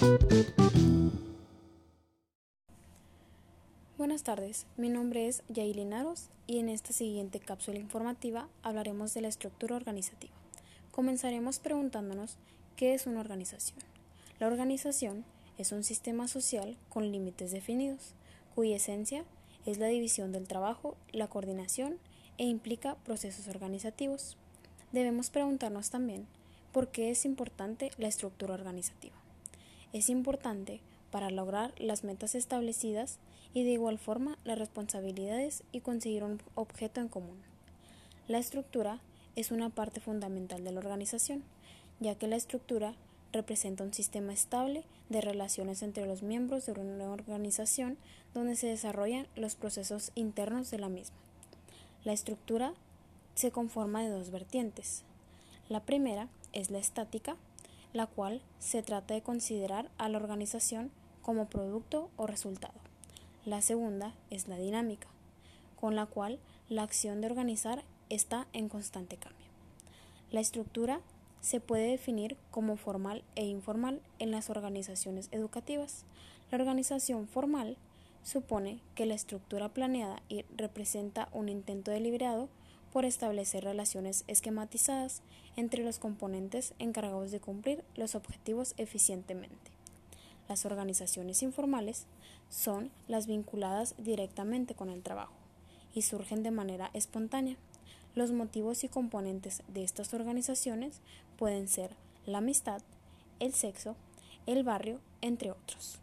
Buenas tardes, mi nombre es Yailin Aros y en esta siguiente cápsula informativa hablaremos de la estructura organizativa. Comenzaremos preguntándonos ¿qué es una organización? La organización es un sistema social con límites definidos, cuya esencia es la división del trabajo, la coordinación e implica procesos organizativos. Debemos preguntarnos también ¿por qué es importante la estructura organizativa? Es importante para lograr las metas establecidas y de igual forma las responsabilidades y conseguir un objeto en común. La estructura es una parte fundamental de la organización, ya que la estructura representa un sistema estable de relaciones entre los miembros de una organización donde se desarrollan los procesos internos de la misma. La estructura se conforma de dos vertientes. La primera es la estática, la cual se trata de considerar a la organización como producto o resultado. La segunda es la dinámica, con la cual la acción de organizar está en constante cambio. La estructura se puede definir como formal e informal en las organizaciones educativas. La organización formal supone que la estructura planeada y representa un intento deliberado por establecer relaciones esquematizadas entre los componentes encargados de cumplir los objetivos eficientemente. Las organizaciones informales son las vinculadas directamente con el trabajo y surgen de manera espontánea. Los motivos y componentes de estas organizaciones pueden ser la amistad, el sexo, el barrio, entre otros.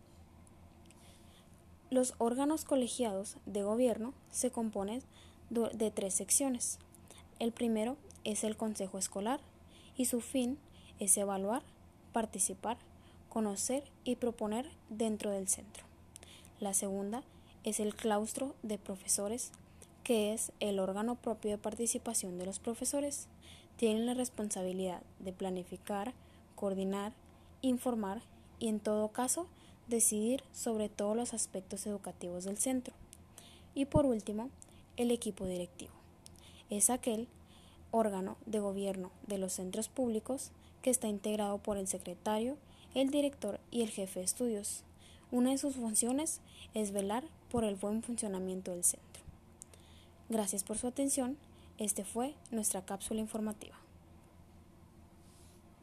Los órganos colegiados de gobierno se componen de tres secciones. El primero es el consejo escolar y su fin es evaluar, participar, conocer y proponer dentro del centro. La segunda es el claustro de profesores, que es el órgano propio de participación de los profesores. Tienen la responsabilidad de planificar, coordinar, informar y en todo caso decidir sobre todos los aspectos educativos del centro. Y por último, el equipo directivo. Es aquel órgano de gobierno de los centros públicos que está integrado por el secretario, el director y el jefe de estudios. Una de sus funciones es velar por el buen funcionamiento del centro. Gracias por su atención. Este fue nuestra cápsula informativa.